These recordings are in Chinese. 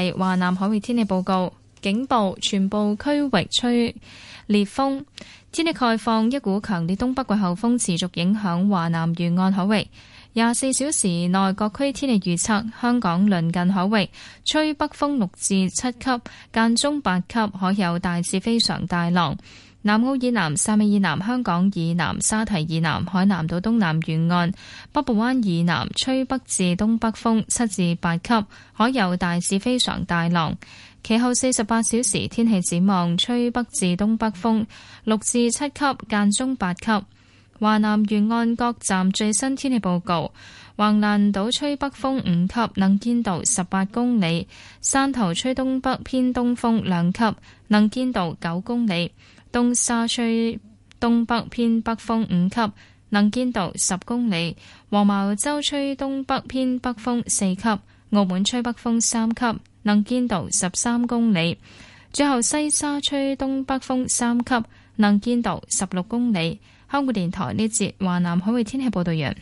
係華南海域天氣報告，警報，全部區域吹烈風。天氣概況，一股強烈東北季候風持續影響華南沿岸海域。24小時內各區天氣預測：香港鄰近海域吹北風6至7級，間中8級，海有大至非常大浪。南澳以南、汕尾以南、香港以南、沙堤以南、海南島東南沿岸、北部灣以南吹北至東北風7至8級，海有大至非常大浪。其後48小時天氣展望，吹北至東北風6至7級，間中8級。華南沿岸各站最新天氣報告：橫瀾島吹北風5級，能見度18公里；汕頭吹東北偏東風2級，能見度9公里；東沙吹東北偏北風5級，能見度10公里；黃茅洲吹東北偏北風4級；澳門吹北風3級，能見度13公里；最後西沙吹東北風3級，能見度16公里。香港電台呢節華南海域天氣報道完。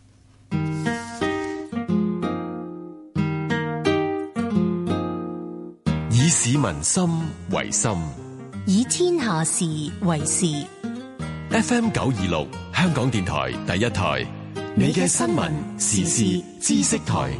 以市民心為心， 以天下事為事。 FM 926香港電台第一台，你嘅新聞時事知識台。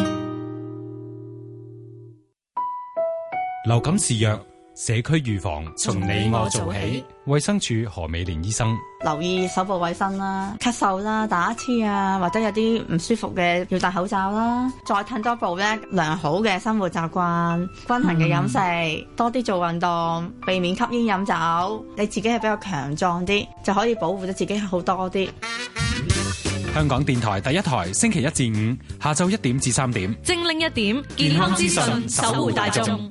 流感肆虐，社區預防從你我做起。衛生署何美蓮醫生： 留意手部衛生啦，咳嗽啦，打乞嗤啊，或者有啲唔舒服嘅要戴口罩啦。再褪多步咧，良好嘅生活習慣，均衡嘅飲食，多啲做運動，避免吸煙飲酒。你自己係比較強壯啲，就可以保護咗自己好多啲。 香港電台第一台，星期1至5下晝1點至3點， 精靈1點，健康資訊，守護大眾。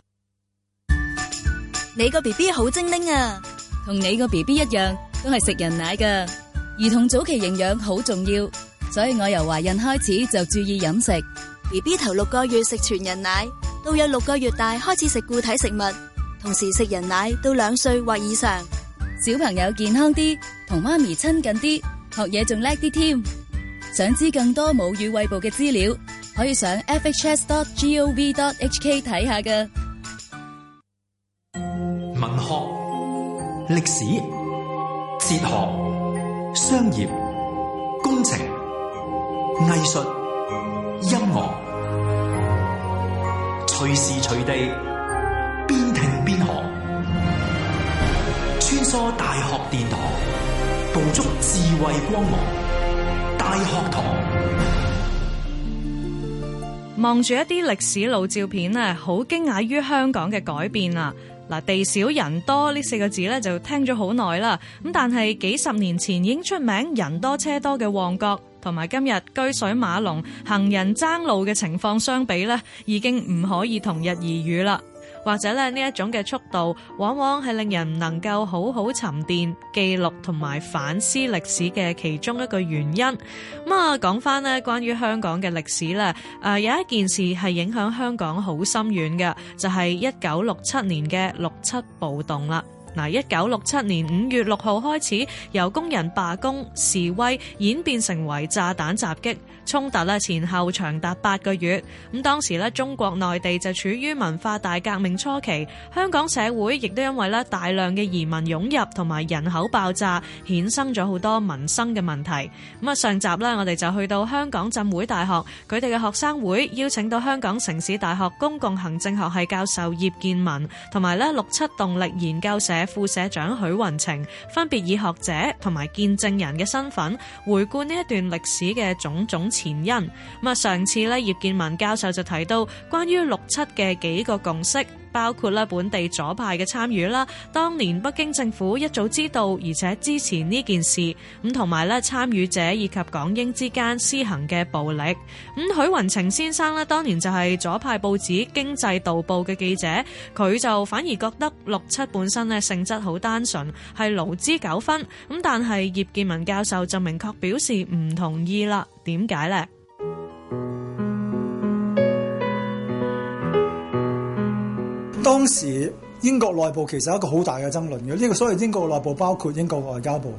你個 BB 好精靈啊，同你個 BB 一樣，都係食人奶㗎。兒童早期營養好重要，所以我由懷孕開始就注意飲食。BB 頭6個月食全人奶，到有6個月大開始食固體食物，同時食人奶到2歲或以上。小朋友健康啲，同媽咪親近啲，學嘢仲叻啲添。想知更多母乳餵哺嘅資料，可以上 fhs.gov.hk 睇下㗎。 文學、歷史、哲學、商業、工程、藝術、音樂，隨時隨地邊聽邊學，穿梭大學殿堂，捕捉智慧光芒。大學堂望住一啲歷史老照片咧，好驚訝於香港嘅改變啊！嗱，地少人多呢4個字咧就聽咗好耐啦。咁但係幾十年前已經出名人多車多嘅旺角，同埋今日車水馬龍、行人爭路嘅情況相比咧，已經唔可以同日而語啦。或者咧呢一種嘅速度，往往係令人唔能夠好好沉澱、記錄同埋反思歷史嘅其中一個原因。咁啊，講翻呢關於香港嘅歷史咧，有一件事係影響香港好深遠嘅，就係1967年嘅6·7暴動啦。1967年5月6號開始，由工人罷工示威演變成為炸彈襲擊衝突咧，前後長達8個月。咁當時咧，中國內地就處於文化大革命初期，香港社會亦都因為咧大量嘅移民湧入同埋人口爆炸，衍生咗好多民生嘅問題。咁啊，上集咧我哋就去到香港浸會大學，佢哋嘅學生會邀請到香港城市大學公共行政學系教授葉建文，同埋咧6·7動力研究社副社長許雲晴，分別以學者同埋見證人嘅身份回顧呢一段歷史嘅種種前因。咁啊，上次咧葉建文教授就提到關於6·7嘅幾個共識，包括咧本地左派嘅參與啦，當年北京政府一早知道而且支持呢件事，咁同埋咧參與者以及港英之間施行嘅暴力。咁許雲晴先生咧當年就係左派報紙《經濟導報》嘅記者，佢就反而覺得6·7本身咧性質好單純，係勞資糾紛。咁但係葉建文教授就明確表示唔同意啦。點解呢？ 當時英國內部其實有一個好大嘅爭論嘅，呢個所謂英國內部包括英國外交部，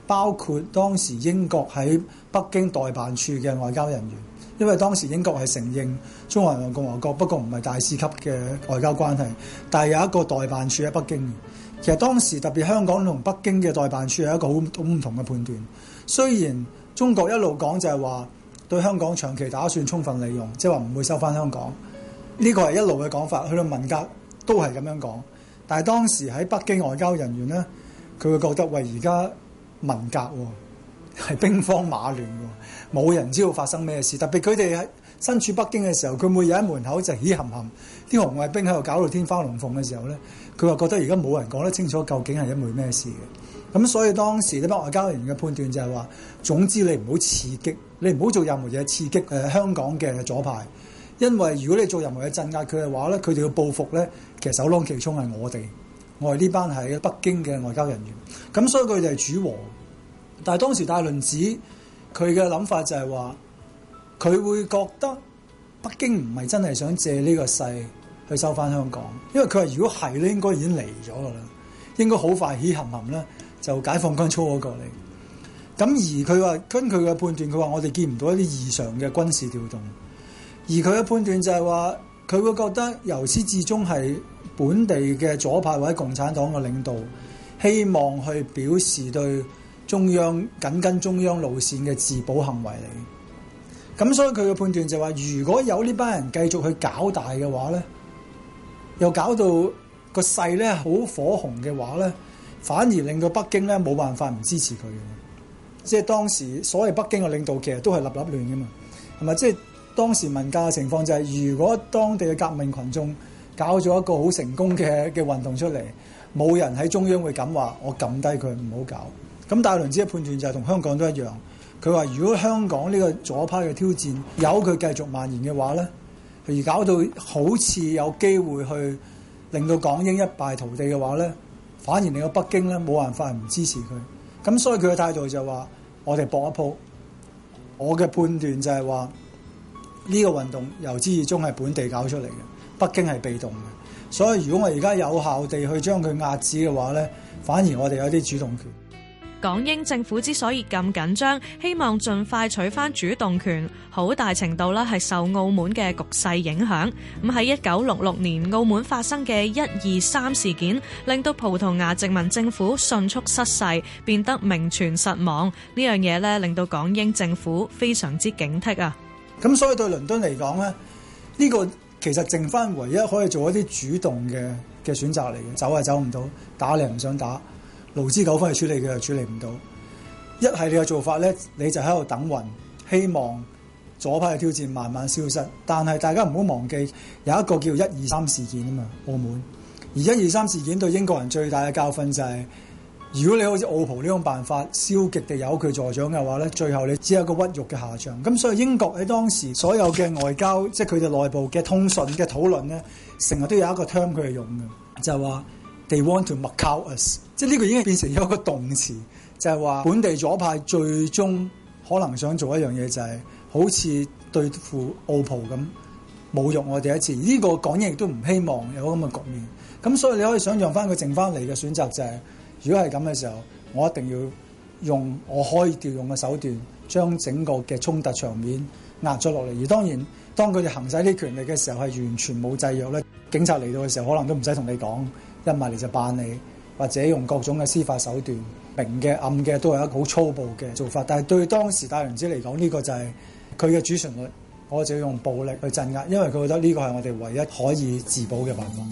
包括當時英國喺北京代辦處嘅外交人員，因為當時英國係承認中華人民共和國，不過唔係大使級嘅外交關係，但係有一個代辦處喺北京。其實當時特別香港同北京嘅代辦處係一個好唔同嘅判斷。雖然中國一路講就係話對香港長期打算充分利用，即係話唔會收翻香港，呢個係一路嘅講法，去到文革都係咁樣講。但係當時喺北京外交人員呢，佢會覺得喂，而家文革係兵荒馬亂喎，冇人知道發生咩事。特別佢哋喺身處北京嘅時候，佢每日喺門口就起冚冚，啲紅衛兵喺度搞到天花龍鳳嘅時候呢，佢話覺得而家冇人講得清楚究竟係因為咩事嘅。咁所以當時呢班外交人員嘅判斷就係話，總之你唔好刺激，你唔好做任何嘢刺激香港嘅左派，因為如果你做任何嘢鎮壓佢嘅話呢，佢哋要報復呢，其實首當其衝係我哋呢班喺北京嘅外交人員。咁所以佢哋係主和。但係當時戴麟趾佢嘅諗法就係話，佢會覺得北京唔係真係想借呢個勢去收翻香港，因為佢話如果係咧，應該已經嚟咗㗎啦，應該好快起冚冚咧就解放軍操咗過嚟。咁而佢話根據佢嘅判斷，佢話我哋見唔到一啲異常嘅軍事調動，而佢嘅判斷就係話佢會覺得由始至終係本地嘅左派或者共產黨嘅領導希望去表示對中央緊跟中央路線嘅自保行為嚟。咁所以佢嘅判斷就係話，如果有呢班人繼續去搞大嘅話咧，又搞到個勢咧好火紅嘅話咧，反而令到北京咧冇辦法唔支持佢嘅。即係當時所謂北京嘅領導其實都係立立亂嘅嘛，係咪？即係當時文革嘅情況就係，如果當地嘅革命群眾搞咗一個好成功嘅運動出嚟，冇人喺中央會咁話我撳低佢唔好搞。咁戴麟趾嘅判斷就係同香港都一樣，佢話如果香港呢個左派嘅挑戰由佢繼續蔓延嘅話咧，而搞到好似有機會去令到港英一敗塗地嘅話咧，反而令到北京咧冇辦法唔支持佢。咁所以佢嘅態度就係話，我哋搏一鋪。我嘅判斷就係話，呢個運動由始至終係本地搞出嚟嘅，北京係被動嘅。所以如果我而家有效地去將佢壓止嘅話咧，反而我哋有啲主動權。 港英政府之所以咁緊張，希望盡快取返主動權，好大程度係受澳門嘅局勢影響。咁喺1966年澳門發生嘅123事件，令到葡萄牙殖民政府迅速失勢，變得名存實亡。呢樣嘢咧，令到港英政府非常之警惕啊！ 咁所以對倫敦嚟講咧，呢個其實剩翻唯一可以做一啲主動嘅選擇嚟嘅，走係走唔到，打你唔想打。勞資糾紛去處理佢又處理唔到，一係你嘅做法咧，你就喺度等運，希望左派嘅挑戰慢慢消失。但係大家唔好忘記有一個叫123事件啊嘛，澳門。而123事件對英國人最大嘅教訓就係，如果你好似澳葡呢種辦法消極地由佢助長嘅話咧，最後你只有一個屈辱嘅下場。咁所以英國喺當時所有嘅外交，即係佢哋內部嘅通訊嘅討論咧，成日都有一個 term 佢係用嘅，就係話They want to Macau us， 即係呢個已經變成咗一個動詞，就係話本地左派最終可能想做一樣嘢，就係好似對付澳葡咁侮辱我哋一次。呢個港英亦都唔希望有咁嘅局面。咁所以你可以想象翻佢剩翻嚟嘅選擇就係，如果係咁嘅時候，我一定要用我可以調用嘅手段，將整個嘅衝突場面壓咗落嚟。而當然，當佢哋行使啲權力嘅時候，係完全冇制約咧。警察嚟到嘅時候，可能都唔使同你講。一埋嚟就辦你，或者用各種嘅司法手段，明嘅暗嘅都係一個好粗暴嘅做法。但係對當時戴麟趾嚟講，呢個就係佢嘅主旋律，我就要用暴力去鎮壓，因為佢覺得呢個係我哋唯一可以自保嘅辦法。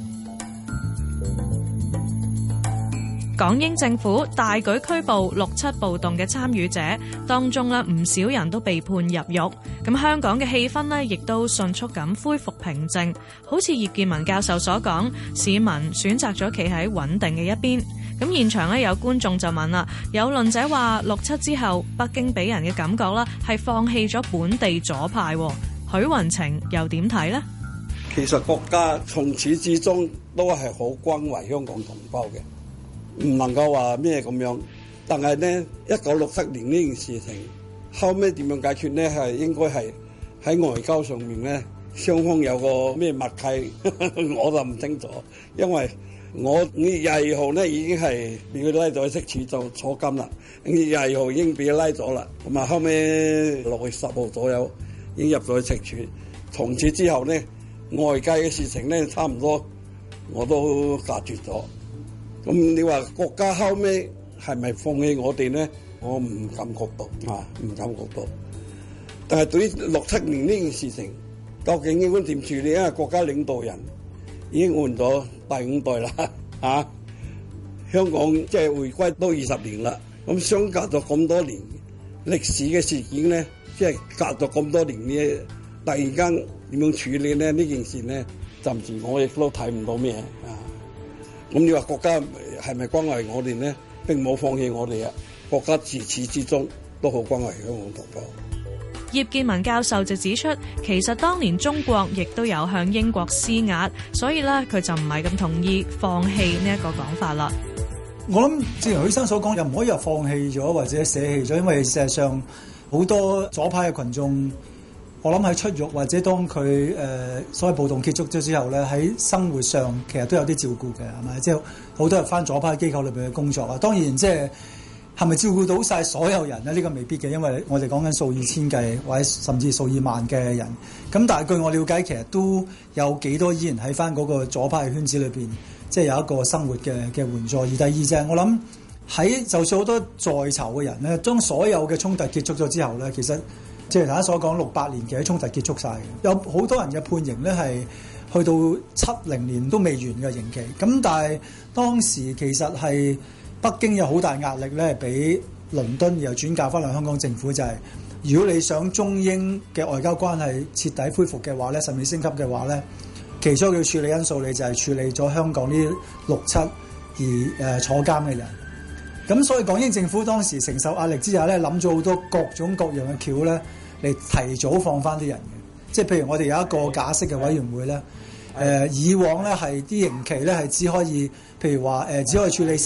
港英政府大舉拘捕6·7暴動嘅參與者，當中唔少人都被判入獄。咁香港嘅氣氛亦都迅速咁恢復平靜。好似葉建文教授所講，市民選擇咗企喺穩定嘅一邊。咁現場有觀眾就問啦，有論者話6·7之後，北京俾人嘅感覺係放棄咗本地左派。許雲晴又點睇呢？ 其實國家從始至終都係好關懷香港同胞嘅。唔能夠話咩咁樣，但係呢1967年呢件事情後尾點樣解決呢？係應該係喺外交上面呢雙方有個咩默契，我就唔清楚，因為我5月22號呢已經係俾佢拉咗去懲處就坐監啦，5月22號已經俾佢拉咗啦，咁啊後尾6月10號左右已經入咗去懲處，從此之後呢，外界嘅事情呢差唔多我都隔絕咗。咁你話國家後尾係咪放棄我哋呢？我唔感覺到唔感覺到。但係對於67年呢件事情，究竟應該點處理？因為國家領導人已經換咗第5代啦，香港即係回歸都20年啦，咁相隔咗咁多年歷史嘅事件呢，即係隔咗咁多年呢，突然間點樣處理呢？呢件事呢，暫時我亦都睇唔到咩啊。咁你話國家係咪關懷我哋呢？並冇放棄我哋啊！國家自始至終都好關懷香港同胞。 葉建文教授就指出，其實當年中國亦都有向英國施壓，所以咧佢就唔係咁同意放棄呢一個講法啦。 我諗正如許生所講，又唔可以話放棄咗或者捨棄咗，因為事實上好多左派嘅群眾，我諗喺出獄或者當佢所謂暴動結束咗之後咧，喺生活上其實都有啲照顧嘅，係咪？即係好多人返左派機構裏邊嘅工作啊。當然即係咪照顧到晒所有人咧？呢個未必嘅，因為我哋講緊數以千計或者甚至數以萬嘅人。咁但係據我了解，其實都有幾多依然喺返嗰個左派圈子裏邊，即係有一個生活嘅援助。而第二就係我諗喺就算好多在囚嘅人咧，當所有嘅衝突結束咗之後咧，其實即係大家所講68年嘅衝突結束晒嘅，有好多人嘅判刑咧係去到70年都未完嘅刑期。咁但係當時其實係北京有好大壓力咧，俾倫敦又轉嫁翻嚟香港政府，就係如果你想中英嘅外交關係徹底恢復嘅話咧，甚至升級嘅話咧，其中要處理因素你就係處理咗香港呢67而坐監嘅人。咁所以港英政府當時承受壓力之下咧，諗咗好多各種各樣嘅橋咧，嚟提早放翻啲人嘅。即係譬如我哋有一個假釋嘅委員會咧，以往咧係啲刑期咧係只可以，譬如話只可以處理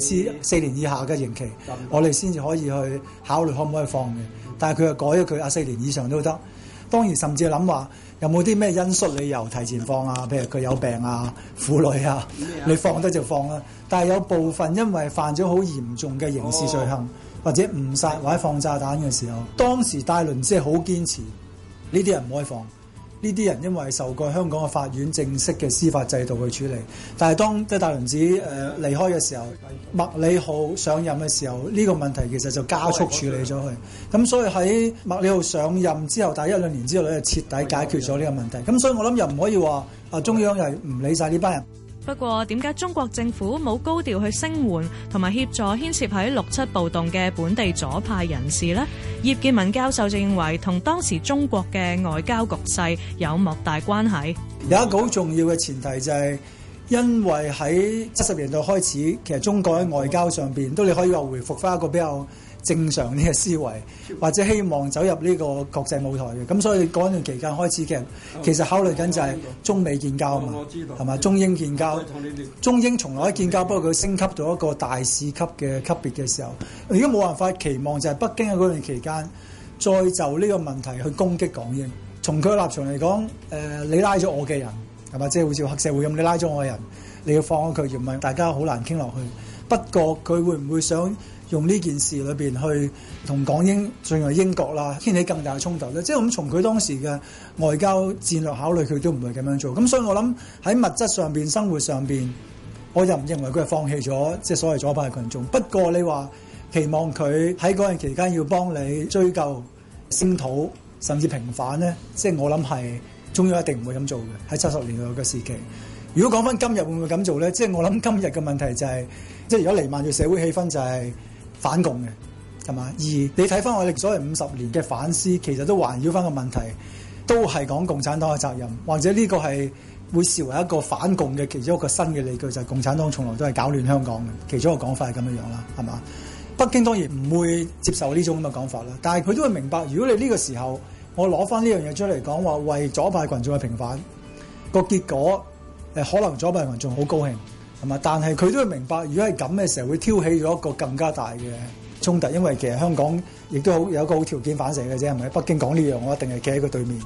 4年以下嘅刑期，我哋先至可以去考慮可唔可以放嘅。但係佢又改咗佢4年以上都得。當然甚至諗話有冇啲咩因素理由提前放啊？譬如佢有病啊、婦女啊，你放得就放啦。但係有部分因為犯咗好嚴重嘅刑事罪行，或者誤殺或者放炸彈嘅時候，當時戴麟即係好堅持呢啲人唔可以放。呢啲人因為受過香港嘅法院正式嘅司法制度去處理，但係當戴麟離開嘅時候，麥理浩上任嘅時候，呢個問題其實就加速處理咗佢。咁所以喺麥理浩上任之後，大約1-2年之後咧，徹底解決咗呢個問題。咁所以我諗又唔可以話中央又唔理晒呢班人。 不過點解中國政府冇高調去聲援同埋協助牽涉喺67暴動嘅本地左派人士呢？葉建文教授就認為同當時中國嘅外交局勢有莫大關係。 有一個好重要嘅前提就係因為喺70年代開始，其實中國喺外交上邊都你可以話回復翻一個比較正常啲嘅思維，或者希望走入呢個國際舞台嘅。咁所以嗰段期間開始其實考慮緊就係中美建交嘛，係嘛？中英建交，中英從來都建交，不過佢升級到一個大使級嘅級別嘅時候，如果冇辦法期望就係北京喺嗰段期間再就呢個問題去攻擊港英。從佢嘅立場嚟講，你拉咗我嘅人係嘛？即係好似黑社會咁，你拉咗我嘅人，你要放咗佢，唔係大家好難傾落去。不過佢會唔會想用呢件事裏邊去同港英進入英國啦，掀起更大嘅衝突咧？即係咁從佢當時嘅外交戰略考慮，佢都唔會咁樣做。咁所以我諗喺物質上邊、生活上邊，我又唔認為佢係放棄咗即係所謂左派群眾。不過你話期望佢喺嗰段期間要幫你追究、聲討甚至平反咧，即係我諗係中央一定唔會咁做嘅。喺70年代嘅時期，如果講翻今日會唔會咁做咧？即係我諗今日嘅問題就係，即係而家彌漫住社會氣氛就係反共嘅，係嘛？而你睇翻我哋所謂50年嘅反思，其實都環繞翻個問題，都係講共產黨嘅責任，或者呢個係會視為一個反共嘅其中一個新嘅理據，就係共產黨從來都係搞亂香港嘅其中一個講法係咁樣樣啦，係嘛？北京當然唔會接受呢種咁嘅講法啦，但係佢都會明白，如果你呢個時候我攞翻呢樣嘢出嚟講話，為左派群眾嘅平反，個結果可能左派群眾好高興。係嘛？但係佢都會明白，如果係咁嘅時候，會挑起咗一個更加大嘅衝突。因為其實香港亦都有一個好條件反射嘅啫，係咪？北京講呢樣，我一定係企喺佢對面。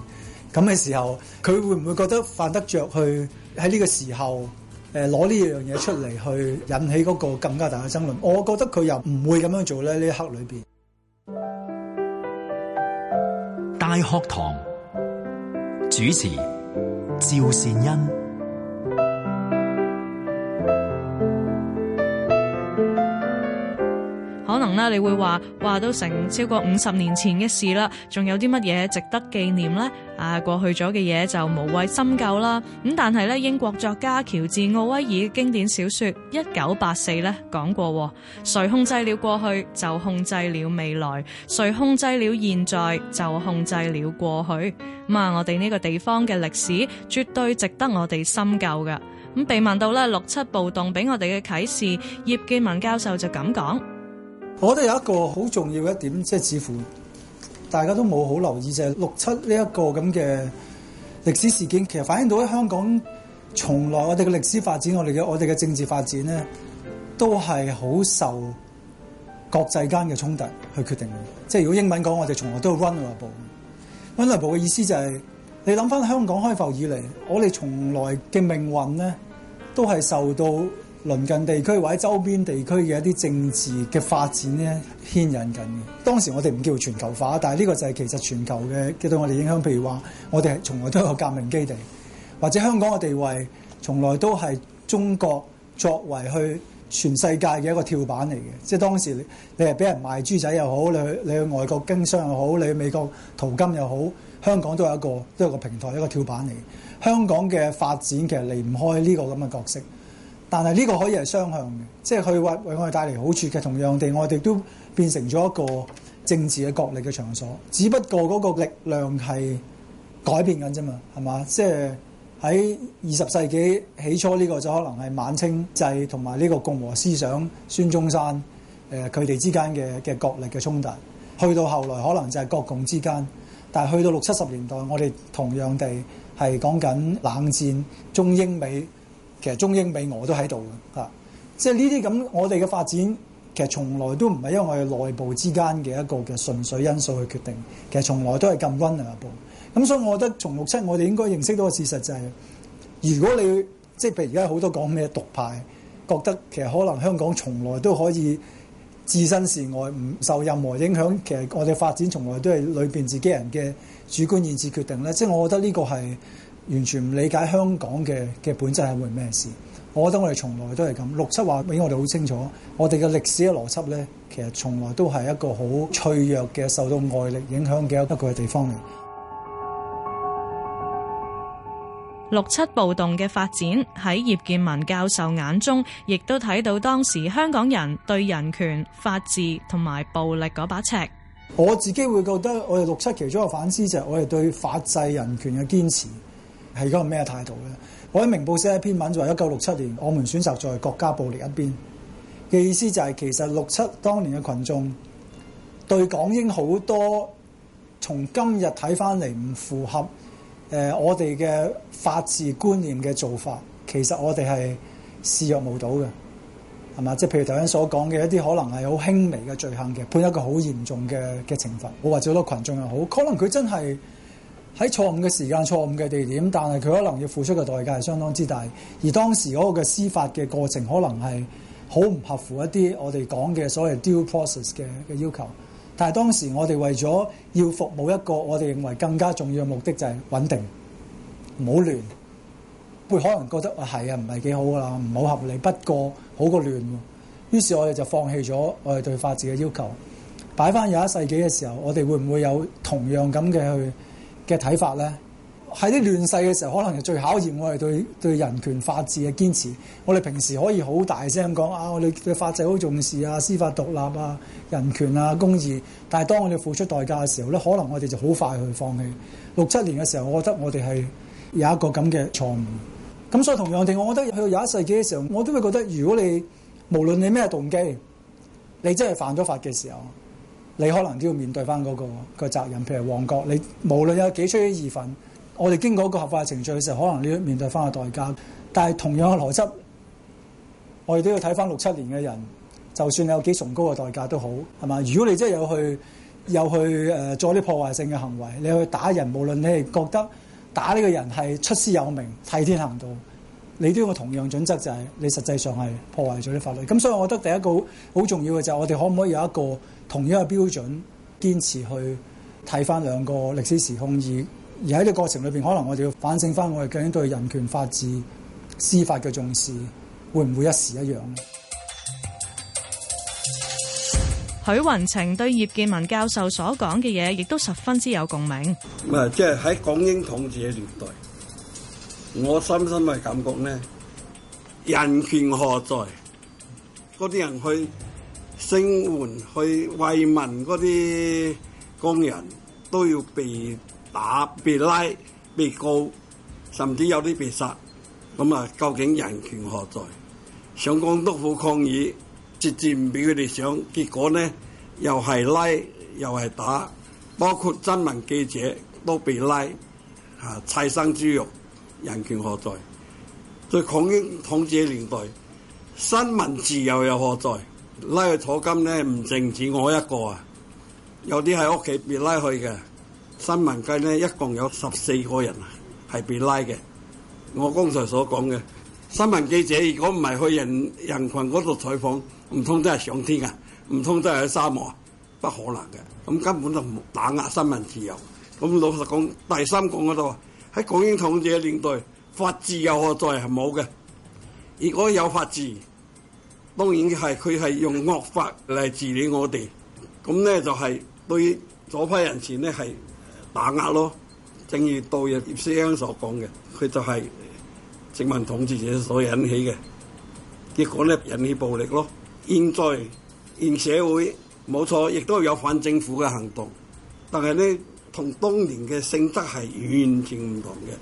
咁嘅時候，佢會唔會覺得犯得着去喺呢個時候攞呢樣嘢出嚟去引起嗰個更加大嘅爭論？我覺得佢又唔會咁樣做咧。呢一刻裏邊， 大學堂主持趙善恩。 可能咧，你會話都成超過50年前嘅事啦，仲有啲乜嘢值得紀念呢？過去咗嘅嘢就無謂深究啦。咁但係咧，英國作家喬治奧威爾嘅經典小說《1984》咧講過，誰控制了過去，就控制了未來；誰控制了現在，就控制了過去。我哋呢個地方嘅歷史絕對值得我哋深究㗎。咁被問到咧6·7暴動俾我哋嘅啟示，葉建文教授就咁講。 我覺得有一個好重要嘅一點，即係似乎大家都冇好留意，就係6·7呢一個咁嘅歷史事件，其實反映到喺香港從來我哋嘅歷史發展，我哋嘅政治發展咧，都係好受國際間嘅衝突去決定嘅。即係如果英文講，我哋從來都係 vulnerable。vulnerable 嘅意思就係你諗翻香港開埠以嚟，我哋從來嘅命運咧，都係受到鄰近地區或者周邊地區嘅一啲政治嘅發展咧牽引緊嘅。當時我哋唔叫全球化，但係呢個就係其實全球嘅對我哋影響。譬如話，我哋係從來都有個革命基地，或者香港嘅地位從來都係中國作為去全世界嘅一個跳板嚟嘅。即係當時你係俾人賣豬仔又好，你去外國經商又好，你去美國淘金又好，香港都有一個平台，一個跳板嚟嘅。香港嘅發展其實離唔開呢個咁嘅角色。但係呢個可以係雙向嘅，即係佢為我哋帶嚟好處嘅。同樣地，我哋都變成咗一個政治嘅角力嘅場所。只不過嗰個力量係改變緊啫嘛，係嘛？即係喺20世紀起初呢個就可能係晚清制同埋呢個共和思想孫中山佢哋之間嘅角力嘅衝突。去到後來可能就係國共之間，但係去到60、70年代，我哋同樣地係講緊冷戰、中英美。其實中英美俄都喺度嘅，即係呢啲咁，我哋嘅發展其實從來都唔係因為我哋內部之間嘅一個嘅純粹因素去決定，其實從來都係咁vulnerable。咁所以我覺得從6·7我哋應該認識到個事實就係，如果你即係譬如而家好多講咩獨派，覺得其實可能香港從來都可以置身事外，唔受任何影響。其實我哋發展從來都係裏邊自己人嘅主觀意志決定咧。即係我覺得呢個係完全唔理解香港嘅本質係會咩事。我覺得我哋從來都係咁。6·7話俾我哋好清楚，我哋嘅歷史嘅邏輯咧，其實從來都係一個好脆弱嘅、受到外力影響嘅一個地方嚟。 6·7暴動嘅發展喺葉建文教授眼中，亦都睇到當時香港人對人權、法治同埋暴力嗰把尺。 我自己會覺得，我哋6·7其中一個反思就係我哋對法治人權嘅堅持係一個咩態度咧？我喺明報寫一篇文就話1967年，我們選擇在國家暴力一邊嘅意思就係其實6·7當年嘅群眾對港英好多從今日睇翻嚟唔符合我哋嘅法治觀念嘅做法，其實我哋係視若無睹嘅，係嘛？即係譬如頭先所講嘅一啲可能係好輕微嘅罪行嘅，判一個好嚴重嘅懲罰，或者好多群眾又好，可能佢真係喺錯誤嘅時間、錯誤嘅地點，但係佢可能要付出嘅代價係相當之大。而當時嗰個嘅司法嘅過程可能係好唔合乎一啲我哋講嘅所謂 due process 嘅要求。但係當時我哋為咗要服務一個我哋認為更加重要嘅目的，就係穩定，唔好亂。會可能覺得係啊，唔係幾好㗎啦，唔好合理，不過好過亂。於是我哋就放棄咗我哋對法治嘅要求，擺翻21世紀嘅時候，我哋會唔會有同樣咁嘅睇法咧？喺啲亂世嘅時候，可能係最考驗我哋對人權法治嘅堅持。我哋平時可以好大聲講啊，我哋對法制好重視啊，司法獨立啊，人權啊，公義。但係當我哋付出代價嘅時候咧，可能我哋就好快去放棄。6·7年嘅時候，我覺得我哋係有一個咁嘅錯誤。咁所以同樣地，我覺得去到21世紀嘅時候，我都會覺得，如果你無論你咩動機，你真係犯咗法嘅時候，你可能都要面對翻嗰個責任。譬如旺角，你無論有幾出於義憤，我哋經過一個合法嘅程序嘅時候，可能你要面對翻個代價。但係同樣嘅邏輯，我哋都要睇翻6·7年嘅人，就算你有幾崇高嘅代價都好，係嘛？如果你真係有去又去做啲破壞性嘅行為，你去打人，無論你係覺得打呢個人係出師有名、替天行道，你都要個同樣準則，就係你實際上係破壞咗啲法律。咁所以我覺得第一個好重要嘅就係我哋可唔可以有一個同樣嘅標準，堅持去睇翻兩個歷史時空，而喺呢個過程裏邊，可能我哋要反省翻我哋究竟對人權法治、司法嘅重視，會唔會一時一樣呢？ 許雲晴對葉健民教授所講嘅嘢，亦都十分之有共鳴。 即係喺港英統治嘅年代，我深深嘅感覺咧，人權何在？嗰啲人去聲援、去慰問嗰啲工人，都要被打、被拉、被告，甚至有啲被殺。咁啊，究竟人權何在？上港督府抗議，直接唔俾佢哋上，結果呢又係拉又係打，包括新聞記者都被拉，砌生豬肉，人權何在？在港英統治嘅年代，新聞自由又何在？拉去坐監呢，唔淨止我一個啊，有啲喺屋企被拉去嘅。新聞界呢，一共有14個人係被拉嘅。我剛才所講嘅新聞記者，如果唔係去人群嗰度採訪，唔通真係上天啊？唔通真係喺沙漠啊？不可能嘅。咁根本就打壓新聞自由。咁老實講，第三講嗰度喺港英統治嘅年代，法治又何在？係冇嘅。如果有法治，當然係佢係用惡法嚟治理我哋。咁咧就係對左派人士呢係打壓咯。正如杜葉師兄所講嘅，佢就係殖民統治者所引起嘅，結果咧引起暴力咯。現社會冇錯，亦都有反政府嘅行動，但係咧同當年嘅性質係完全唔同嘅。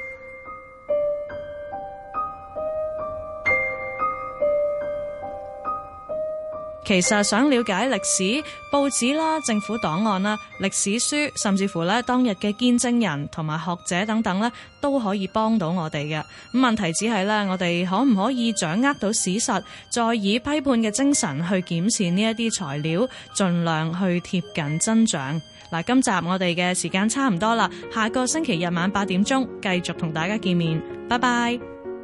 其實想了解歷史，報紙啦、政府檔案啦、歷史書，甚至乎咧當日嘅見證人同埋學者等等咧，都可以幫到我哋嘅。咁問題只係咧，我哋可唔可以掌握到史實，再以批判嘅精神去檢視呢一啲材料，盡量去貼近真相。嗱，今集我哋嘅時間差唔多啦，下個星期日晚8點鐘繼續同大家見面，拜拜。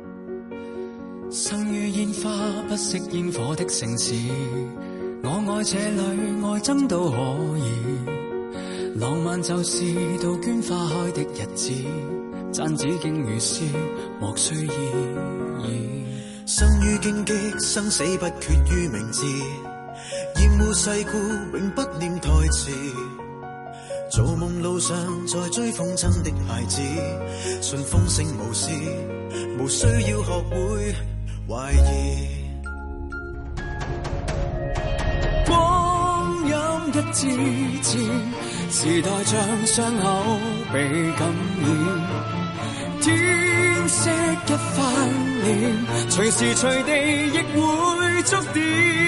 生於煙花不熄煙火的城市，我愛這裏愛憎都可以，浪漫就是杜鵑花開的日子，讚紫荊如是莫須意義。 生於荊棘生死不決於明智，厭惡世故永不念台詞，做夢路上在追風箏的孩子，信風聲無事，無需要學會懷疑。 光陰一支箭，時代像傷口被感染，天色一翻臉，隨時隨地亦會觸電，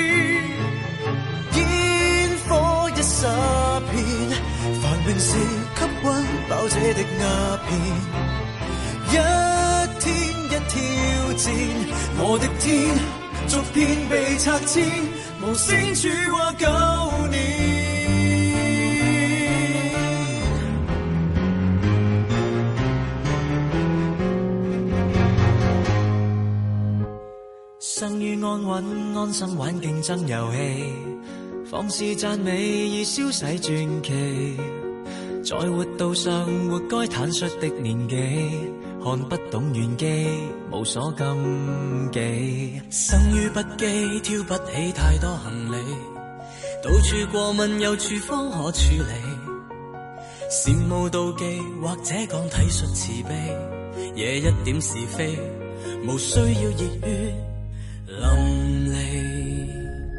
煙火一剎片，繁榮時給溫飽者的鴉片，一天一挑戰，我的天逐片被拆遷，無聲處話舊年。生於安穩安心玩競爭遊戲，放肆讚美已消逝傳奇，在活道上活該坦率的年紀，看不懂玄機無所禁忌。生於不羈挑不起太多行李，到處過問有處方可處理，羨慕妒忌或者講體恤慈悲，惹一點是非無需要熱血淋漓。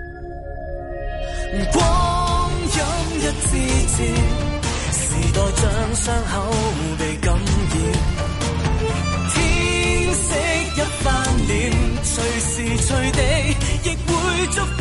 光陰一支箭，時代像傷口被感染，天色一翻臉，隨時隨地亦會觸電，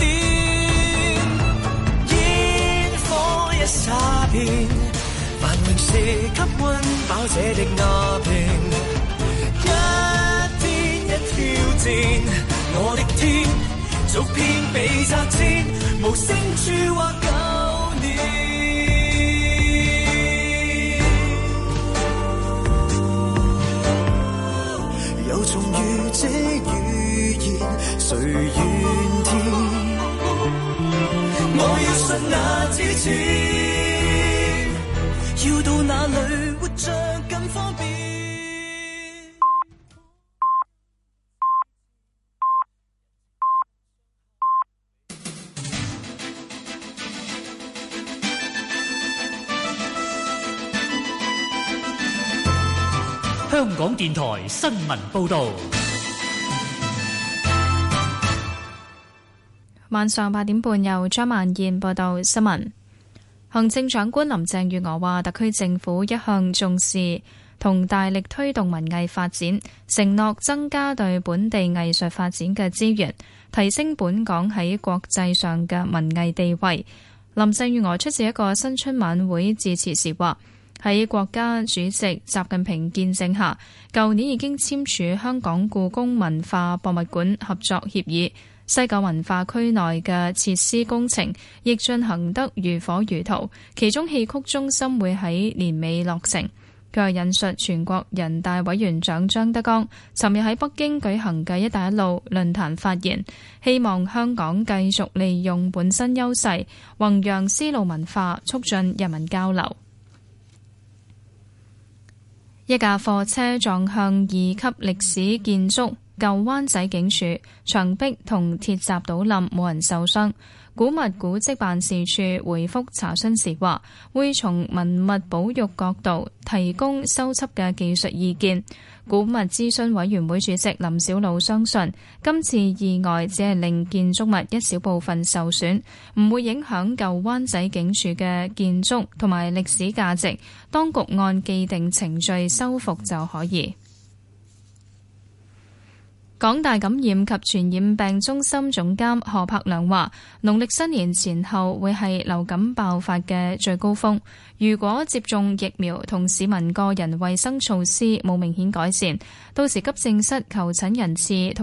煙火一剎片，繁榮時給溫飽者的鴉片，一天一挑戰，我的天逐片被拆遷，無聲處話舊年。 於這語言，誰怨天？我要信那支持，要到哪裏活着更方便。 香港電台新聞報導。 晚上8點半，由張萬燕報道新聞。行政長官林鄭月娥話，特區政府一向重視同大力推動文藝發展，承諾增加對本地藝術發展嘅資源，提升本港喺國際上嘅文藝地位。林鄭月娥出席一個新春晚會致辭時話，喺國家主席習近平見證下，舊年已經簽署香港故宮文化博物館合作協議，西九文化區內嘅設施工程亦進行得如火如荼，其中戲曲中心會喺年尾落成。佢又引述全國人大委員長張德江尋日喺北京舉行嘅一帶一路論壇發言，希望香港繼續利用本身優勢，弘揚絲路文化，促進人民交流。一架貨車撞向2級歷史建築舊灣仔警署，牆壁同鐵閘倒冧，冇人受傷。古物古蹟辦事處回覆查詢時話，會從文物保育角度提供修葺嘅技術意見。古物諮詢委員會主席林筱魯相信，今次意外只係令建築物一小部分受損，唔會影響舊灣仔警署嘅建築同埋歷史價值。當局按既定程序修復就可以。港大感染及傳染病中心總監何柏良話，農曆新年前後會係流感爆發嘅最高峰。如果接種疫苗同市民個人衛生措施冇明顯改善，到時急症室求診人次同